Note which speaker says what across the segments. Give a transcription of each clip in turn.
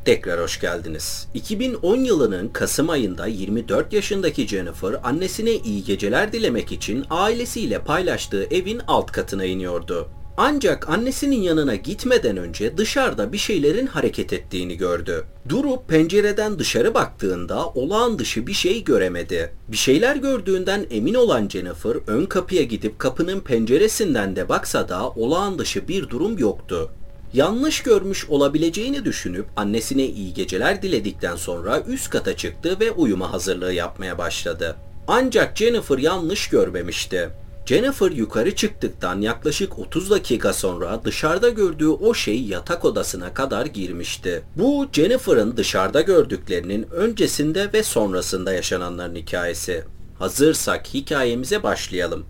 Speaker 1: Tekrar hoş geldiniz. 2010 yılının Kasım ayında 24 yaşındaki Jennifer annesine iyi geceler dilemek için ailesiyle paylaştığı evin alt katına iniyordu. Ancak annesinin yanına gitmeden önce dışarıda bir şeylerin hareket ettiğini gördü. Durup pencereden dışarı baktığında olağan dışı bir şey göremedi. Bir şeyler gördüğünden emin olan Jennifer ön kapıya gidip kapının penceresinden de baksa da olağan dışı bir durum yoktu. Yanlış görmüş olabileceğini düşünüp annesine iyi geceler diledikten sonra üst kata çıktı ve uyuma hazırlığı yapmaya başladı. Ancak Jennifer yanlış görmemişti. Jennifer yukarı çıktıktan yaklaşık 30 dakika sonra dışarıda gördüğü o şey yatak odasına kadar girmişti. Bu Jennifer'ın dışarıda gördüklerinin öncesinde ve sonrasında yaşananların hikayesi. Hazırsak hikayemize başlayalım.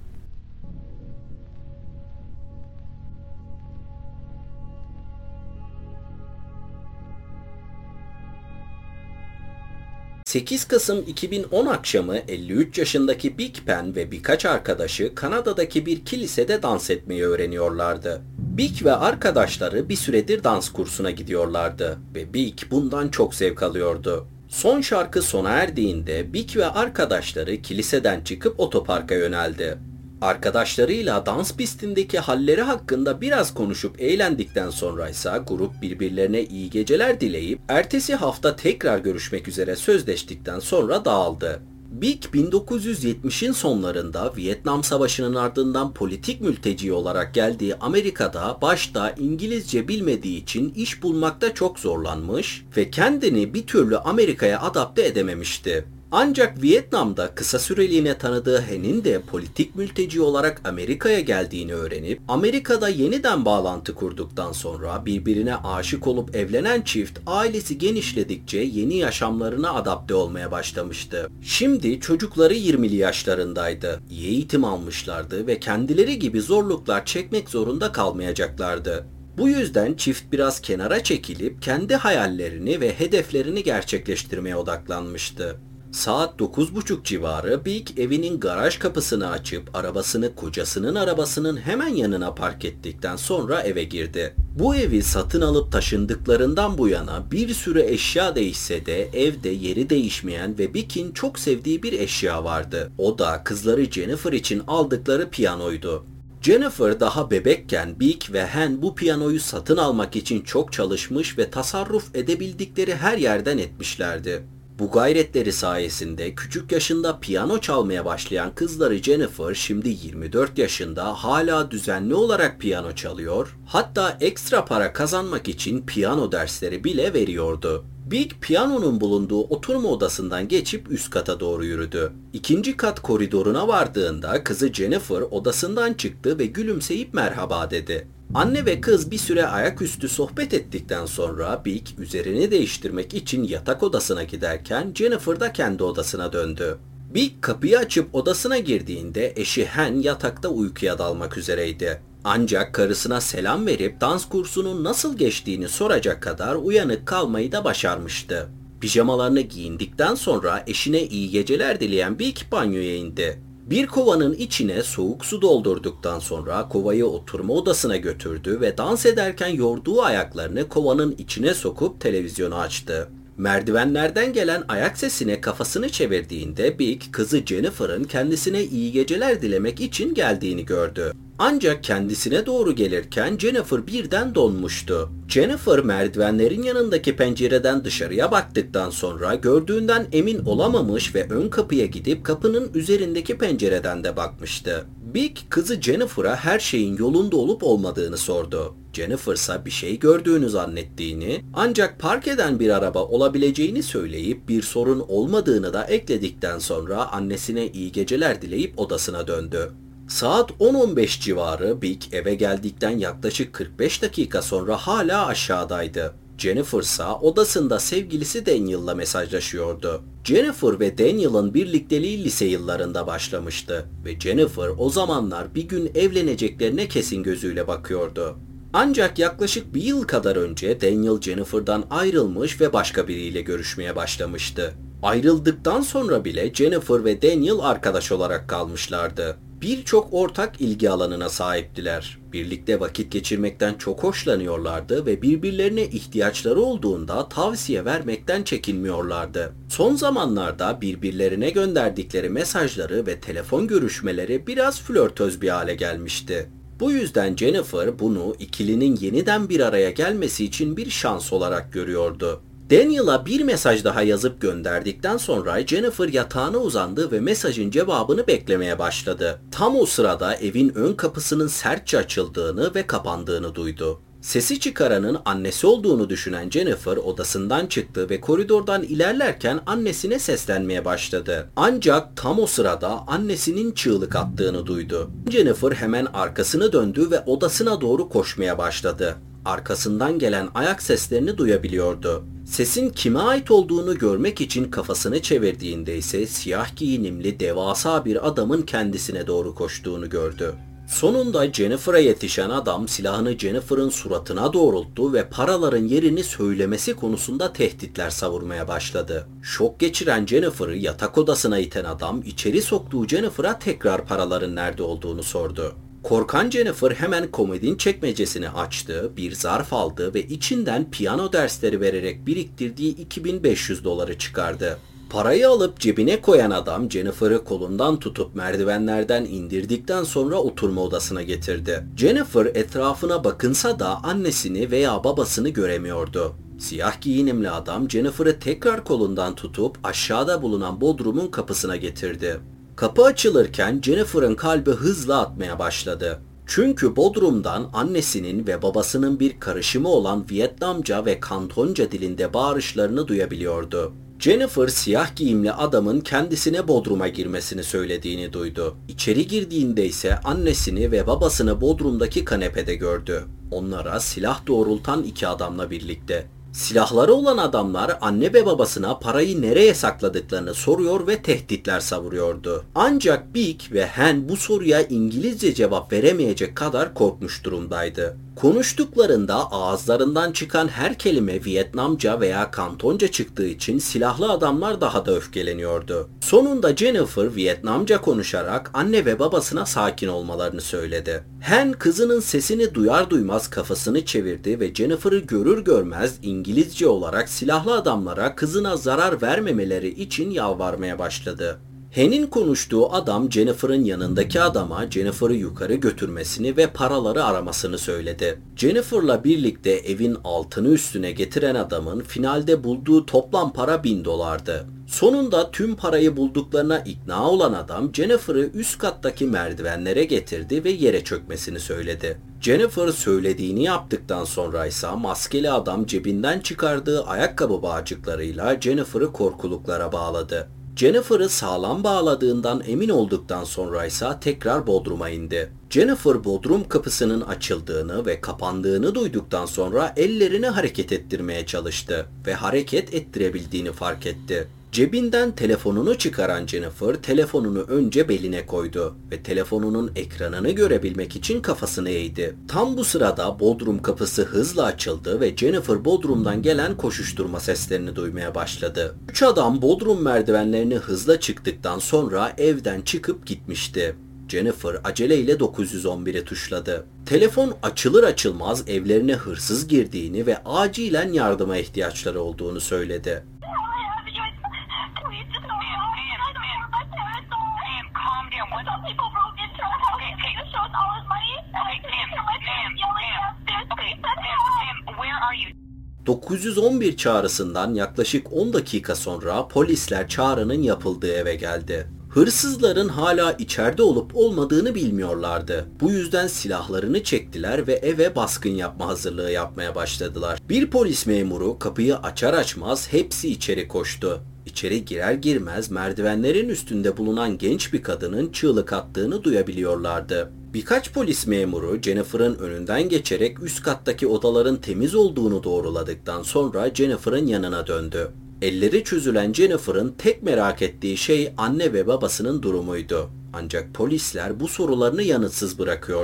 Speaker 1: ...8 Kasım 2010 akşamı 53 yaşındaki Big Pen ve birkaç arkadaşı Kanada'daki bir kilisede dans etmeyi öğreniyorlardı. Big ve arkadaşları bir süredir dans kursuna gidiyorlardı ve Big bundan çok zevk alıyordu. Son şarkı sona erdiğinde Big ve arkadaşları kiliseden çıkıp otoparka yöneldi. Arkadaşlarıyla dans pistindeki halleri hakkında biraz konuşup eğlendikten sonra ise grup birbirlerine iyi geceler dileyip ertesi hafta tekrar görüşmek üzere sözleştikten sonra dağıldı. Big 1970'in sonlarında Vietnam Savaşı'nın ardından politik mülteci olarak geldiği Amerika'da başta İngilizce bilmediği için iş bulmakta çok zorlanmış ve kendini bir türlü Amerika'ya adapte edememişti. Ancak Vietnam'da kısa süreliğine tanıdığı Hen'in de politik mülteci olarak Amerika'ya geldiğini öğrenip Amerika'da yeniden bağlantı kurduktan sonra birbirine aşık olup evlenen çift ailesi genişledikçe yeni yaşamlarına adapte olmaya başlamıştı. Şimdi çocukları 20'li yaşlarındaydı. İyi eğitim almışlardı ve kendileri gibi zorluklar çekmek zorunda kalmayacaklardı. Bu yüzden çift biraz kenara çekilip kendi hayallerini ve hedeflerini gerçekleştirmeye odaklanmıştı. Saat 9.30 civarı Big evinin garaj kapısını açıp arabasını kocasının arabasının hemen yanına park ettikten sonra eve girdi. Bu evi satın alıp taşındıklarından bu yana bir sürü eşya değişse de evde yeri değişmeyen ve Big'in çok sevdiği bir eşya vardı. O da kızları Jennifer için aldıkları piyanoydu. Jennifer daha bebekken Big ve Hen bu piyanoyu satın almak için çok çalışmış ve tasarruf edebildikleri her yerden etmişlerdi. Bu gayretleri sayesinde küçük yaşında piyano çalmaya başlayan kızları Jennifer şimdi 24 yaşında hala düzenli olarak piyano çalıyor, hatta ekstra para kazanmak için piyano dersleri bile veriyordu. Big piyanonun bulunduğu oturma odasından geçip üst kata doğru yürüdü. İkinci kat koridoruna vardığında kızı Jennifer odasından çıktı ve gülümseyip merhaba dedi. Anne ve kız bir süre ayaküstü sohbet ettikten sonra Big üzerini değiştirmek için yatak odasına giderken Jennifer da kendi odasına döndü. Big kapıyı açıp odasına girdiğinde eşi Hen yatakta uykuya dalmak üzereydi. Ancak karısına selam verip dans kursunun nasıl geçtiğini soracak kadar uyanık kalmayı da başarmıştı. Pijamalarını giyindikten sonra eşine iyi geceler dileyen Big banyoya indi. Bir kovanın içine soğuk su doldurduktan sonra kovayı oturma odasına götürdü ve dans ederken yorduğu ayaklarını kovanın içine sokup televizyonu açtı. Merdivenlerden gelen ayak sesine kafasını çevirdiğinde Big, kızı Jennifer'ın kendisine iyi geceler dilemek için geldiğini gördü. Ancak kendisine doğru gelirken Jennifer birden donmuştu. Jennifer merdivenlerin yanındaki pencereden dışarıya baktıktan sonra gördüğünden emin olamamış ve ön kapıya gidip kapının üzerindeki pencereden de bakmıştı. Big, kızı Jennifer'a her şeyin yolunda olup olmadığını sordu. Jennifer ise bir şey gördüğünü zannettiğini, ancak park eden bir araba olabileceğini söyleyip bir sorun olmadığını da ekledikten sonra annesine iyi geceler dileyip odasına döndü. Saat 10:15 civarı Big eve geldikten yaklaşık 45 dakika sonra hala aşağıdaydı. Jennifer ise odasında sevgilisi Daniel'la mesajlaşıyordu. Jennifer ve Daniel'ın birlikteliği lise yıllarında başlamıştı ve Jennifer o zamanlar bir gün evleneceklerine kesin gözüyle bakıyordu. Ancak yaklaşık bir yıl kadar önce Daniel Jennifer'dan ayrılmış ve başka biriyle görüşmeye başlamıştı. Ayrıldıktan sonra bile Jennifer ve Daniel arkadaş olarak kalmışlardı. Birçok ortak ilgi alanına sahiptiler. Birlikte vakit geçirmekten çok hoşlanıyorlardı ve birbirlerine ihtiyaçları olduğunda tavsiye vermekten çekinmiyorlardı. Son zamanlarda birbirlerine gönderdikleri mesajları ve telefon görüşmeleri biraz flörtöz bir hale gelmişti. Bu yüzden Jennifer bunu ikilinin yeniden bir araya gelmesi için bir şans olarak görüyordu. Daniel'a bir mesaj daha yazıp gönderdikten sonra Jennifer yatağına uzandı ve mesajın cevabını beklemeye başladı. Tam o sırada evin ön kapısının sertçe açıldığını ve kapandığını duydu. Sesi çıkaranın annesi olduğunu düşünen Jennifer odasından çıktı ve koridordan ilerlerken annesine seslenmeye başladı. Ancak tam o sırada annesinin çığlık attığını duydu. Jennifer hemen arkasını döndü ve odasına doğru koşmaya başladı. Arkasından gelen ayak seslerini duyabiliyordu. Sesin kime ait olduğunu görmek için kafasını çevirdiğinde ise siyah giyinimli devasa bir adamın kendisine doğru koştuğunu gördü. Sonunda Jennifer'a yetişen adam silahını Jennifer'ın suratına doğrulttu ve paraların yerini söylemesi konusunda tehditler savurmaya başladı. Şok geçiren Jennifer'ı yatak odasına iten adam içeri soktuğu Jennifer'a tekrar paraların nerede olduğunu sordu. Korkan Jennifer hemen komodin çekmecesini açtı, bir zarf aldı ve içinden piyano dersleri vererek biriktirdiği $2500 çıkardı. Parayı alıp cebine koyan adam Jennifer'ı kolundan tutup merdivenlerden indirdikten sonra oturma odasına getirdi. Jennifer etrafına bakınsa da annesini veya babasını göremiyordu. Siyah giyinimli adam Jennifer'ı tekrar kolundan tutup aşağıda bulunan bodrumun kapısına getirdi. Kapı açılırken Jennifer'ın kalbi hızla atmaya başladı. Çünkü bodrumdan annesinin ve babasının bir karışımı olan Vietnamca ve Kantonca dilinde bağırışlarını duyabiliyordu. Jennifer siyah giyimli adamın kendisine bodruma girmesini söylediğini duydu. İçeri girdiğinde ise annesini ve babasını bodrumdaki kanepede gördü. Onlara silah doğrultan iki adamla birlikte. Silahları olan adamlar anne ve babasına parayı nereye sakladıklarını soruyor ve tehditler savuruyordu. Ancak Big ve Hen bu soruya İngilizce cevap veremeyecek kadar korkmuş durumdaydı. Konuştuklarında ağızlarından çıkan her kelime Vietnamca veya Kantonca çıktığı için silahlı adamlar daha da öfkeleniyordu. Sonunda Jennifer Vietnamca konuşarak anne ve babasına sakin olmalarını söyledi. Hen kızının sesini duyar duymaz kafasını çevirdi ve Jennifer'ı görür görmez İngilizce olarak silahlı adamlara kızına zarar vermemeleri için yalvarmaya başladı. Hen'in konuştuğu adam Jennifer'ın yanındaki adama Jennifer'ı yukarı götürmesini ve paraları aramasını söyledi. Jennifer'la birlikte evin altını üstüne getiren adamın finalde bulduğu toplam para $1000'dı. Sonunda tüm parayı bulduklarına ikna olan adam Jennifer'ı üst kattaki merdivenlere getirdi ve yere çökmesini söyledi. Jennifer söylediğini yaptıktan sonra ise maskeli adam cebinden çıkardığı ayakkabı bağcıklarıyla Jennifer'ı korkuluklara bağladı. Jennifer'ı sağlam bağladığından emin olduktan sonra ise tekrar bodruma indi. Jennifer bodrum kapısının açıldığını ve kapandığını duyduktan sonra ellerini hareket ettirmeye çalıştı ve hareket ettirebildiğini fark etti. Cebinden telefonunu çıkaran Jennifer telefonunu önce beline koydu ve telefonunun ekranını görebilmek için kafasını eğdi. Tam bu sırada bodrum kapısı hızla açıldı ve Jennifer bodrumdan gelen koşuşturma seslerini duymaya başladı. Üç adam bodrum merdivenlerini hızla çıktıktan sonra evden çıkıp gitmişti. Jennifer aceleyle 911'e tuşladı. Telefon açılır açılmaz evlerine hırsız girdiğini ve acilen yardıma ihtiyaçları olduğunu söyledi. ...911 çağrısından yaklaşık 10 dakika sonra polisler çağrının yapıldığı eve geldi. Hırsızların hala içeride olup olmadığını bilmiyorlardı. Bu yüzden silahlarını çektiler ve eve baskın yapma hazırlığı yapmaya başladılar. Bir polis memuru kapıyı açar açmaz hepsi içeri koştu. İçeri girer girmez merdivenlerin üstünde bulunan genç bir kadının çığlık attığını duyabiliyorlardı. Birkaç polis memuru Jennifer'ın önünden geçerek üst kattaki odaların temiz olduğunu doğruladıktan sonra Jennifer'ın yanına döndü. Elleri çözülen Jennifer'ın tek merak ettiği şey anne ve babasının durumuydu. Ancak polisler bu sorularını yanıtsız bırakıyordu.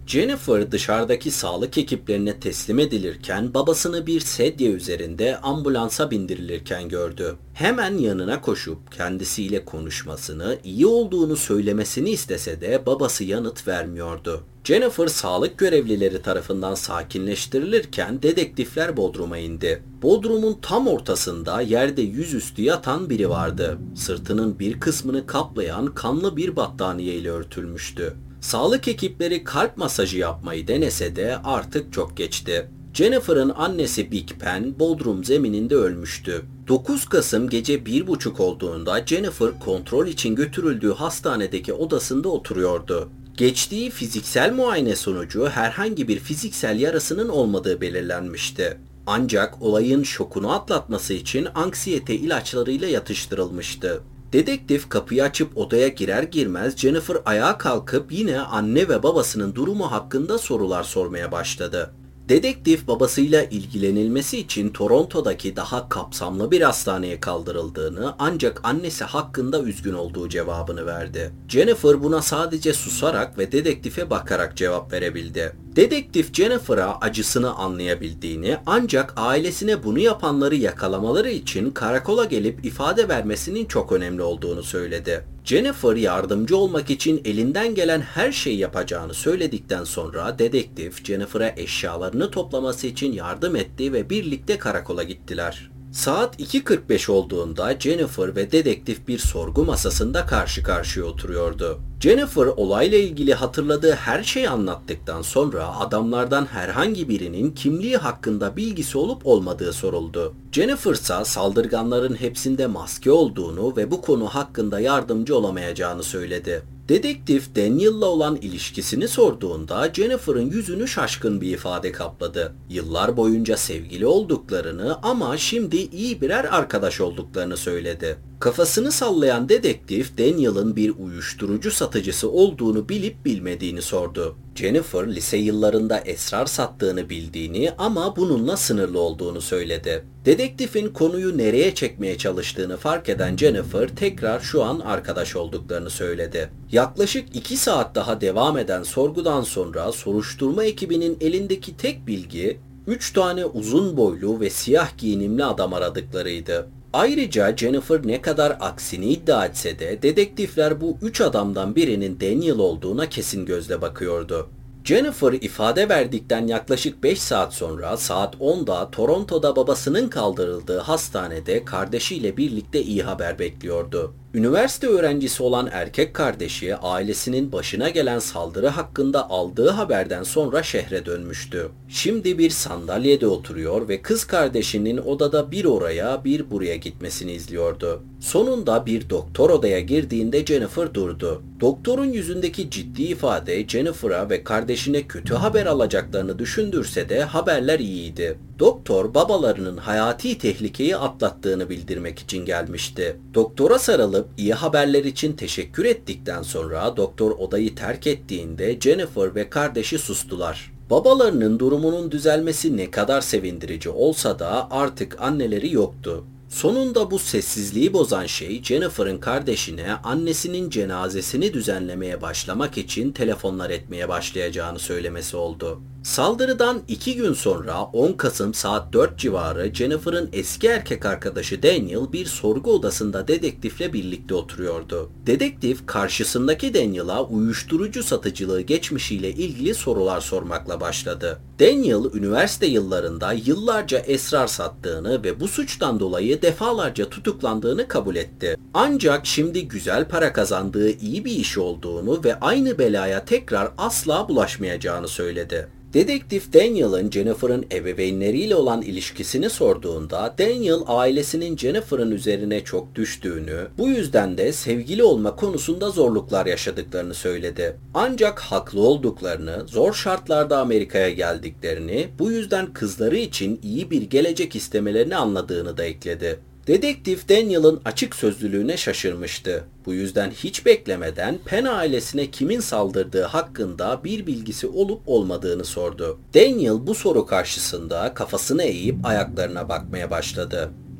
Speaker 1: Jennifer dışarıdaki sağlık ekiplerine teslim edilirken babasını bir sedye üzerinde ambulansa bindirilirken gördü. Hemen yanına koşup kendisiyle konuşmasını, iyi olduğunu söylemesini istese de babası yanıt vermiyordu. Jennifer sağlık görevlileri tarafından sakinleştirilirken dedektifler Bodrum'a indi. Bodrum'un tam ortasında yerde yüzüstü yatan biri vardı. Sırtının bir kısmını kaplayan kanlı bir battaniye ile örtülmüştü. Sağlık ekipleri kalp masajı yapmayı denese de artık çok geçti. Jennifer'ın annesi Big Pen Bodrum zemininde ölmüştü. 9 Kasım gece 1:30 olduğunda Jennifer kontrol için götürüldüğü hastanedeki odasında oturuyordu. Geçtiği fiziksel muayene sonucu herhangi bir fiziksel yarasının olmadığı belirlenmişti. Ancak olayın şokunu atlatması için anksiyete ilaçlarıyla yatıştırılmıştı. Dedektif kapıyı açıp odaya girer girmez Jennifer ayağa kalkıp yine anne ve babasının durumu hakkında sorular sormaya başladı. Dedektif babasıyla ilgilenilmesi için Toronto'daki daha kapsamlı bir hastaneye kaldırıldığını ancak annesi hakkında üzgün olduğu cevabını verdi. Jennifer buna sadece susarak ve dedektife bakarak cevap verebildi. Dedektif Jennifer'a acısını anlayabildiğini ancak ailesine bunu yapanları yakalamaları için karakola gelip ifade vermesinin çok önemli olduğunu söyledi. Jennifer yardımcı olmak için elinden gelen her şeyi yapacağını söyledikten sonra dedektif Jennifer'a eşyalarını toplaması için yardım etti ve birlikte karakola gittiler. Saat 2:45 olduğunda Jennifer ve dedektif bir sorgu masasında karşı karşıya oturuyordu. Jennifer olayla ilgili hatırladığı her şeyi anlattıktan sonra adamlardan herhangi birinin kimliği hakkında bilgisi olup olmadığı soruldu. Jennifer ise saldırganların hepsinde maske olduğunu ve bu konu hakkında yardımcı olamayacağını söyledi. Dedektif Daniel'la olan ilişkisini sorduğunda Jennifer'ın yüzünü şaşkın bir ifade kapladı. Yıllar boyunca sevgili olduklarını ama şimdi iyi birer arkadaş olduklarını söyledi. Kafasını sallayan dedektif Daniel'ın bir uyuşturucu satıcısı olduğunu bilip bilmediğini sordu. Jennifer lise yıllarında esrar sattığını bildiğini ama bununla sınırlı olduğunu söyledi. Dedektifin konuyu nereye çekmeye çalıştığını fark eden Jennifer tekrar şu an arkadaş olduklarını söyledi. Yaklaşık 2 saat daha devam eden sorgudan sonra soruşturma ekibinin elindeki tek bilgi 3 tane uzun boylu ve siyah giyinimli adam aradıklarıydı. Ayrıca Jennifer ne kadar aksini iddia etse de dedektifler bu 3 adamdan birinin Daniel olduğuna kesin gözle bakıyordu. Jennifer ifade verdikten yaklaşık 5 saat sonra saat 10'da Toronto'da babasının kaldırıldığı hastanede kardeşiyle birlikte iyi haber bekliyordu. Üniversite öğrencisi olan erkek kardeşi ailesinin başına gelen saldırı hakkında aldığı haberden sonra şehre dönmüştü. Şimdi bir sandalyede oturuyor ve kız kardeşinin odada bir oraya bir buraya gitmesini izliyordu. Sonunda bir doktor odaya girdiğinde Jennifer durdu. Doktorun yüzündeki ciddi ifade Jennifer'a ve kardeşine kötü haber alacaklarını düşündürse de haberler iyiydi. Doktor babalarının hayati tehlikeyi atlattığını bildirmek için gelmişti. Doktora sarılıp iyi haberler için teşekkür ettikten sonra doktor odayı terk ettiğinde Jennifer ve kardeşi sustular. Babalarının durumunun düzelmesi ne kadar sevindirici olsa da artık anneleri yoktu. Sonunda bu sessizliği bozan şey Jennifer'ın kardeşine annesinin cenazesini düzenlemeye başlamak için telefonlar etmeye başlayacağını söylemesi oldu. Saldırıdan 2 gün sonra 10 Kasım saat 4 civarı Jennifer'ın eski erkek arkadaşı Daniel bir sorgu odasında dedektifle birlikte oturuyordu. Dedektif karşısındaki Daniel'a uyuşturucu satıcılığı geçmişiyle ilgili sorular sormakla başladı. Daniel üniversite yıllarında yıllarca esrar sattığını ve bu suçtan dolayı defalarca tutuklandığını kabul etti. Ancak şimdi güzel para kazandığı iyi bir iş olduğunu ve aynı belaya tekrar asla bulaşmayacağını söyledi. Dedektif Daniel'ın Jennifer'ın ebeveynleriyle olan ilişkisini sorduğunda Daniel ailesinin Jennifer'ın üzerine çok düştüğünü, bu yüzden de sevgili olma konusunda zorluklar yaşadıklarını söyledi. Ancak haklı olduklarını, zor şartlarda Amerika'ya geldiklerini, bu yüzden kızları için iyi bir gelecek istemelerini anladığını da ekledi. Dedektif Daniel'ın açık sözlülüğüne şaşırmıştı. Bu yüzden hiç beklemeden Penn ailesine kimin saldırdığı hakkında bir bilgisi olup olmadığını sordu. Daniel bu soru karşısında kafasını eğip ayaklarına bakmaya başladı.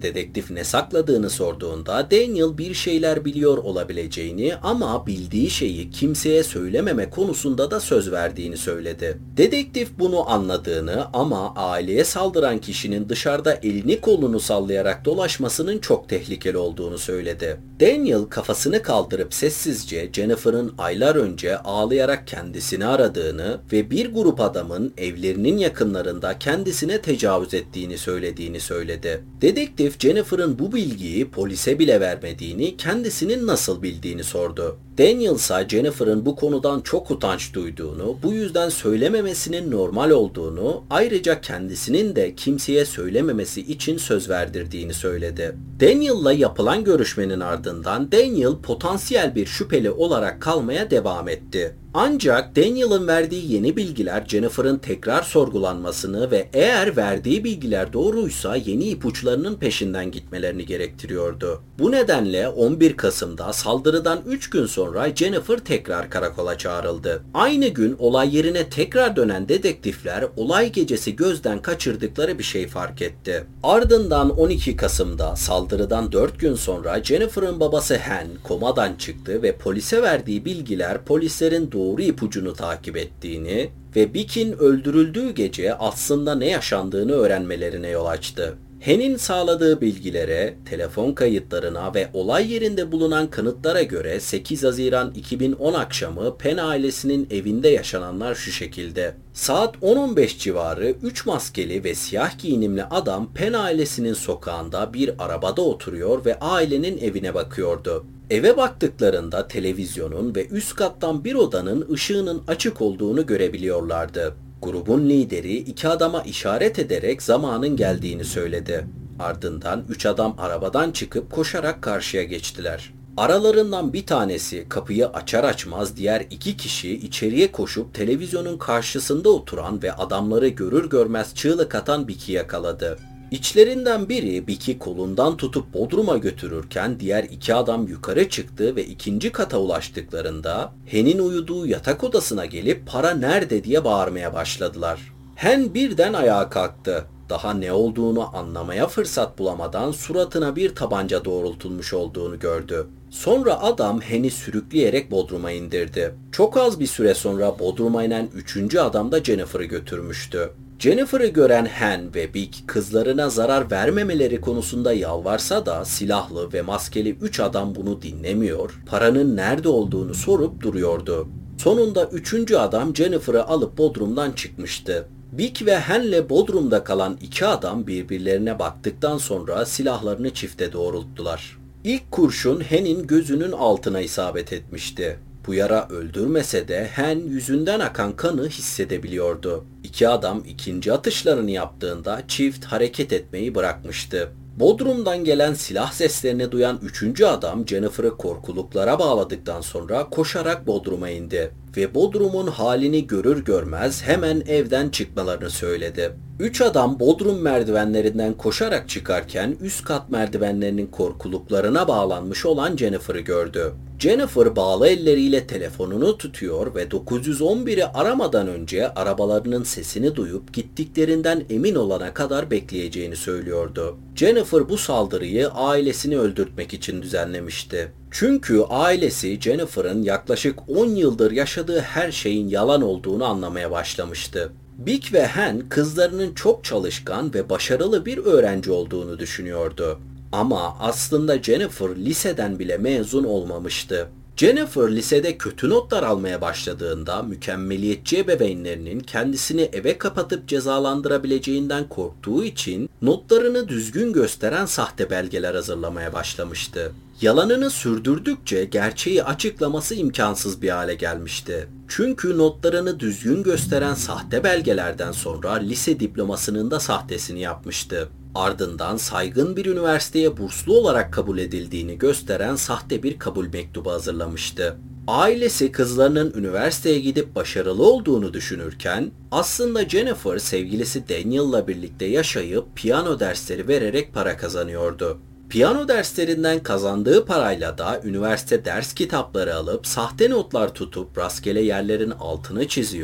Speaker 1: Dedektif ne sakladığını sorduğunda Daniel bir şeyler biliyor olabileceğini ama bildiği şeyi kimseye söylememe konusunda da söz verdiğini söyledi. Dedektif bunu anladığını ama aileye saldıran kişinin dışarıda elini kolunu sallayarak dolaşmasının çok tehlikeli olduğunu söyledi. Daniel kafasını kaldırıp sessizce Jennifer'ın aylar önce ağlayarak kendisini aradığını ve bir grup adamın evlerinin yakınlarında kendisine tecavüz ettiğini söylediğini söyledi. Dedektif Jennifer'ın bu bilgiyi polise bile vermediğini, kendisinin nasıl bildiğini sordu. Daniel ise Jennifer'ın bu konudan çok utanç duyduğunu, bu yüzden söylememesinin normal olduğunu, ayrıca kendisinin de kimseye söylememesi için söz verdirdiğini söyledi. Daniel'la yapılan görüşmenin ardından Daniel potansiyel bir şüpheli olarak kalmaya devam etti. Ancak Daniel'ın verdiği yeni bilgiler Jennifer'ın tekrar sorgulanmasını ve eğer verdiği bilgiler doğruysa yeni ipuçlarının peşinden gitmelerini gerektiriyordu. Bu nedenle 11 Kasım'da saldırıdan 3 gün sonra Jennifer tekrar karakola çağrıldı. Aynı gün olay yerine tekrar dönen dedektifler olay gecesi gözden kaçırdıkları bir şey fark etti. Ardından 12 Kasım'da saldırıdan 4 gün sonra Jennifer'ın babası Hen komadan çıktı ve polise verdiği bilgiler polislerin doğru ipucunu takip ettiğini ve Vic'in öldürüldüğü gece aslında ne yaşandığını öğrenmelerine yol açtı. Hen'in sağladığı bilgilere, telefon kayıtlarına ve olay yerinde bulunan kanıtlara göre 8 Haziran 2010 akşamı Penn ailesinin evinde yaşananlar şu şekilde. Saat 10:15 civarı 3 maskeli ve siyah giyinimli adam Penn ailesinin sokağında bir arabada oturuyor ve ailenin evine bakıyordu. Eve baktıklarında televizyonun ve üst kattan bir odanın ışığının açık olduğunu görebiliyorlardı. Grubun lideri iki adama işaret ederek zamanın geldiğini söyledi. Ardından 3 adam arabadan çıkıp koşarak karşıya geçtiler. Aralarından bir tanesi kapıyı açar açmaz diğer 2 kişi içeriye koşup televizyonun karşısında oturan ve adamları görür görmez çığlık atan Vic'i yakaladı. İçlerinden biri Vic'i kolundan tutup Bodrum'a götürürken diğer 2 adam yukarı çıktı ve 2. kata ulaştıklarında Hen'in uyuduğu yatak odasına gelip "Para nerede?" diye bağırmaya başladılar. Hen birden ayağa kalktı. Daha ne olduğunu anlamaya fırsat bulamadan suratına bir tabanca doğrultulmuş olduğunu gördü. Sonra adam Hen'i sürükleyerek Bodrum'a indirdi. Çok az bir süre sonra Bodrum'a inen 3. adam da Jennifer'ı götürmüştü. Jennifer'ı gören Hen ve Vic kızlarına zarar vermemeleri konusunda yalvarsa da silahlı ve maskeli 3 adam bunu dinlemiyor, paranın nerede olduğunu sorup duruyordu. Sonunda 3. adam Jennifer'ı alıp Bodrum'dan çıkmıştı. Vic ve Hen'le Bodrum'da kalan 2 adam birbirlerine baktıktan sonra silahlarını çifte doğrulttular. İlk kurşun Hen'in gözünün altına isabet etmişti. Bu yara öldürmese de Hen yüzünden akan kanı hissedebiliyordu. 2 adam ikinci atışlarını yaptığında çift hareket etmeyi bırakmıştı. Bodrum'dan gelen silah seslerini duyan 3. adam Jennifer'ı korkuluklara bağladıktan sonra koşarak Bodrum'a indi ve Bodrum'un halini görür görmez hemen evden çıkmalarını söyledi. 3 adam Bodrum merdivenlerinden koşarak çıkarken üst kat merdivenlerinin korkuluklarına bağlanmış olan Jennifer'ı gördü. Jennifer bağlı elleriyle telefonunu tutuyor ve 911'i aramadan önce arabalarının sesini duyup gittiklerinden emin olana kadar bekleyeceğini söylüyordu. Jennifer bu saldırıyı ailesini öldürtmek için düzenlemişti. Çünkü ailesi Jennifer'ın yaklaşık 10 yıldır yaşadığı her şeyin yalan olduğunu anlamaya başlamıştı. Vic ve Hen kızlarının çok çalışkan ve başarılı bir öğrenci olduğunu düşünüyordu. Ama aslında Jennifer liseden bile mezun olmamıştı. Jennifer lisede kötü notlar almaya başladığında mükemmeliyetçi ebeveynlerinin kendisini eve kapatıp cezalandırabileceğinden korktuğu için notlarını düzgün gösteren sahte belgeler hazırlamaya başlamıştı. Yalanını sürdürdükçe gerçeği açıklaması imkansız bir hale gelmişti. Çünkü notlarını düzgün gösteren sahte belgelerden sonra lise diplomasının da sahtesini yapmıştı. Ardından saygın bir üniversiteye burslu olarak kabul edildiğini gösteren sahte bir kabul mektubu hazırlamıştı. Ailesi kızlarının üniversiteye gidip başarılı olduğunu düşünürken aslında Jennifer sevgilisi Daniel'la birlikte yaşayıp piyano dersleri vererek para kazanıyordu. Piyano derslerinden kazandığı parayla da üniversite ders kitapları alıp sahte notlar tutup rastgele yerlerin altını çiziyor,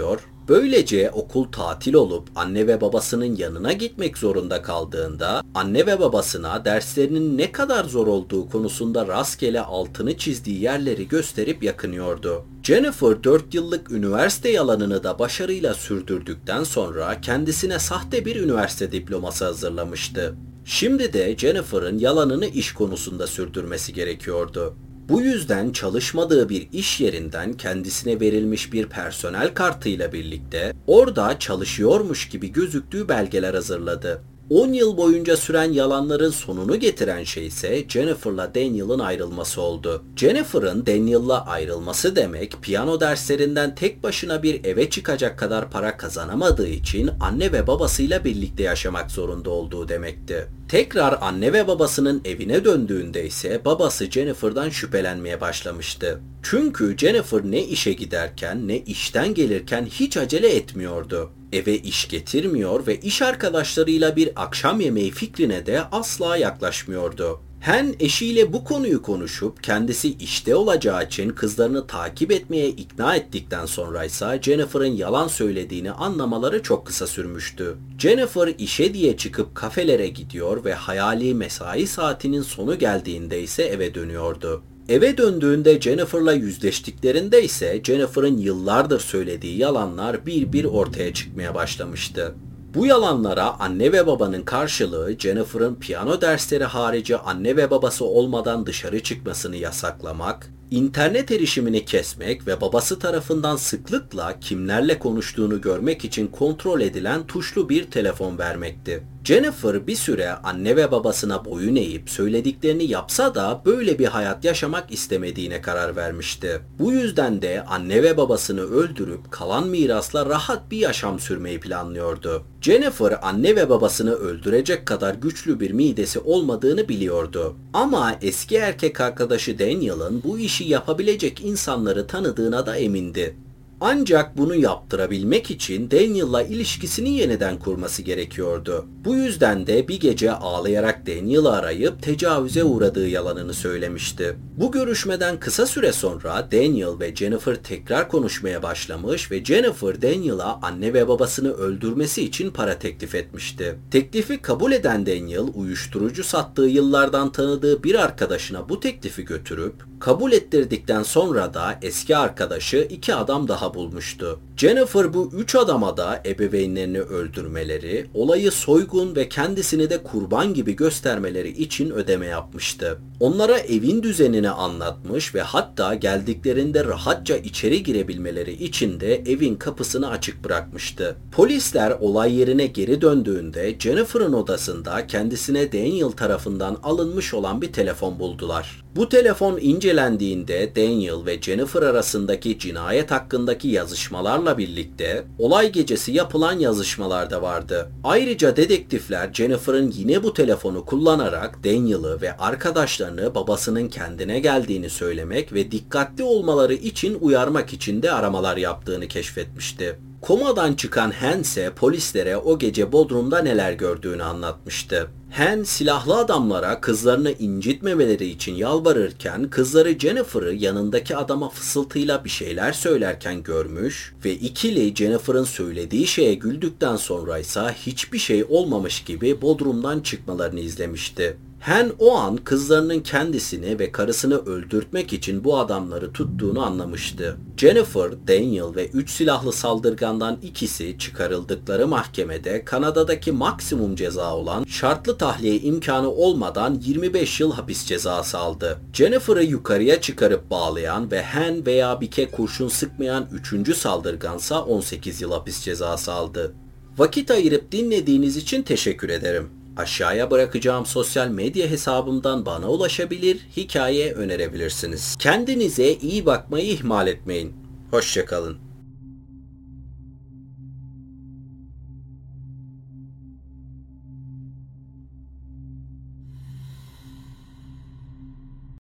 Speaker 1: Böylece okul tatil olup anne ve babasının yanına gitmek zorunda kaldığında anne ve babasına derslerinin ne kadar zor olduğu konusunda rastgele altını çizdiği yerleri gösterip yakınıyordu. Jennifer 4 yıllık üniversite yalanını da başarıyla sürdürdükten sonra kendisine sahte bir üniversite diploması hazırlamıştı. Şimdi de Jennifer'ın yalanını iş konusunda sürdürmesi gerekiyordu. Bu yüzden çalışmadığı bir iş yerinden kendisine verilmiş bir personel kartıyla birlikte orada çalışıyormuş gibi gözüktüğü belgeler hazırladı. 10 yıl boyunca süren yalanların sonunu getiren şey ise Jennifer'la Daniel'ın ayrılması oldu. Jennifer'ın Daniel'la ayrılması demek, piyano derslerinden tek başına bir eve çıkacak kadar para kazanamadığı için anne ve babasıyla birlikte yaşamak zorunda olduğu demekti. Tekrar anne ve babasının evine döndüğünde ise babası Jennifer'dan şüphelenmeye başlamıştı. Çünkü Jennifer ne işe giderken ne işten gelirken hiç acele etmiyordu. Eve iş getirmiyor ve iş arkadaşlarıyla bir akşam yemeği fikrine de asla yaklaşmıyordu. Han eşiyle bu konuyu konuşup kendisi işte olacağı için kızlarını takip etmeye ikna ettikten sonra ise Jennifer'ın yalan söylediğini anlamaları çok kısa sürmüştü. Jennifer işe diye çıkıp kafelere gidiyor ve hayali mesai saatinin sonu geldiğinde ise eve dönüyordu. Eve döndüğünde Jennifer'la yüzleştiklerinde ise Jennifer'ın yıllardır söylediği yalanlar bir bir ortaya çıkmaya başlamıştı. Bu yalanlara anne ve babanın karşılığı Jennifer'ın piyano dersleri harici anne ve babası olmadan dışarı çıkmasını yasaklamak, internet erişimini kesmek ve babası tarafından sıklıkla kimlerle konuştuğunu görmek için kontrol edilen tuşlu bir telefon vermekti. Jennifer bir süre anne ve babasına boyun eğip söylediklerini yapsa da böyle bir hayat yaşamak istemediğine karar vermişti. Bu yüzden de anne ve babasını öldürüp kalan mirasla rahat bir yaşam sürmeyi planlıyordu. Jennifer anne ve babasını öldürecek kadar güçlü bir midesi olmadığını biliyordu. Ama eski erkek arkadaşı Daniel'ın bu işi yapabilecek insanları tanıdığına da emindi. Ancak bunu yaptırabilmek için Daniel'la ilişkisini yeniden kurması gerekiyordu. Bu yüzden de bir gece ağlayarak Daniel'ı arayıp tecavüze uğradığı yalanını söylemişti. Bu görüşmeden kısa süre sonra Daniel ve Jennifer tekrar konuşmaya başlamış ve Jennifer Daniel'a anne ve babasını öldürmesi için para teklif etmişti. Teklifi kabul eden Daniel, uyuşturucu sattığı yıllardan tanıdığı bir arkadaşına bu teklifi götürüp kabul ettirdikten sonra da eski arkadaşı 2 adam daha bulmuştu. Jennifer bu 3 adama da ebeveynlerini öldürmeleri, olayı soygun ve kendisini de kurban gibi göstermeleri için ödeme yapmıştı. Onlara evin düzenini anlatmış ve hatta geldiklerinde rahatça içeri girebilmeleri için de evin kapısını açık bırakmıştı. Polisler olay yerine geri döndüğünde Jennifer'ın odasında kendisine Daniel tarafından alınmış olan bir telefon buldular. Bu telefon incelendiğinde Daniel ve Jennifer arasındaki cinayet hakkındaki yazışmalarla birlikte olay gecesi yapılan yazışmalar da vardı. Ayrıca dedektifler Jennifer'ın yine bu telefonu kullanarak Daniel'ı ve arkadaşlarını babasının kendine geldiğini söylemek ve dikkatli olmaları için uyarmak için de aramalar yaptığını keşfetmişti. Komadan çıkan Han ise polislere o gece Bodrum'da neler gördüğünü anlatmıştı. Han silahlı adamlara kızlarını incitmemeleri için yalvarırken kızları Jennifer'ı yanındaki adama fısıltıyla bir şeyler söylerken görmüş ve ikili Jennifer'ın söylediği şeye güldükten sonra ise hiçbir şey olmamış gibi Bodrum'dan çıkmalarını izlemişti. Han o an kızlarının kendisini ve karısını öldürtmek için bu adamları tuttuğunu anlamıştı. Jennifer, Daniel ve 3 silahlı saldırgandan ikisi çıkarıldıkları mahkemede Kanada'daki maksimum ceza olan şartlı tahliye imkanı olmadan 25 yıl hapis cezası aldı. Jennifer'ı yukarıya çıkarıp bağlayan ve Han veya Bike kurşun sıkmayan 3. saldırgansa 18 yıl hapis cezası aldı. Vakit ayırıp dinlediğiniz için teşekkür ederim. Aşağıya bırakacağım sosyal medya hesabımdan bana ulaşabilir, hikaye önerebilirsiniz. Kendinize iyi bakmayı ihmal etmeyin. Hoşça kalın.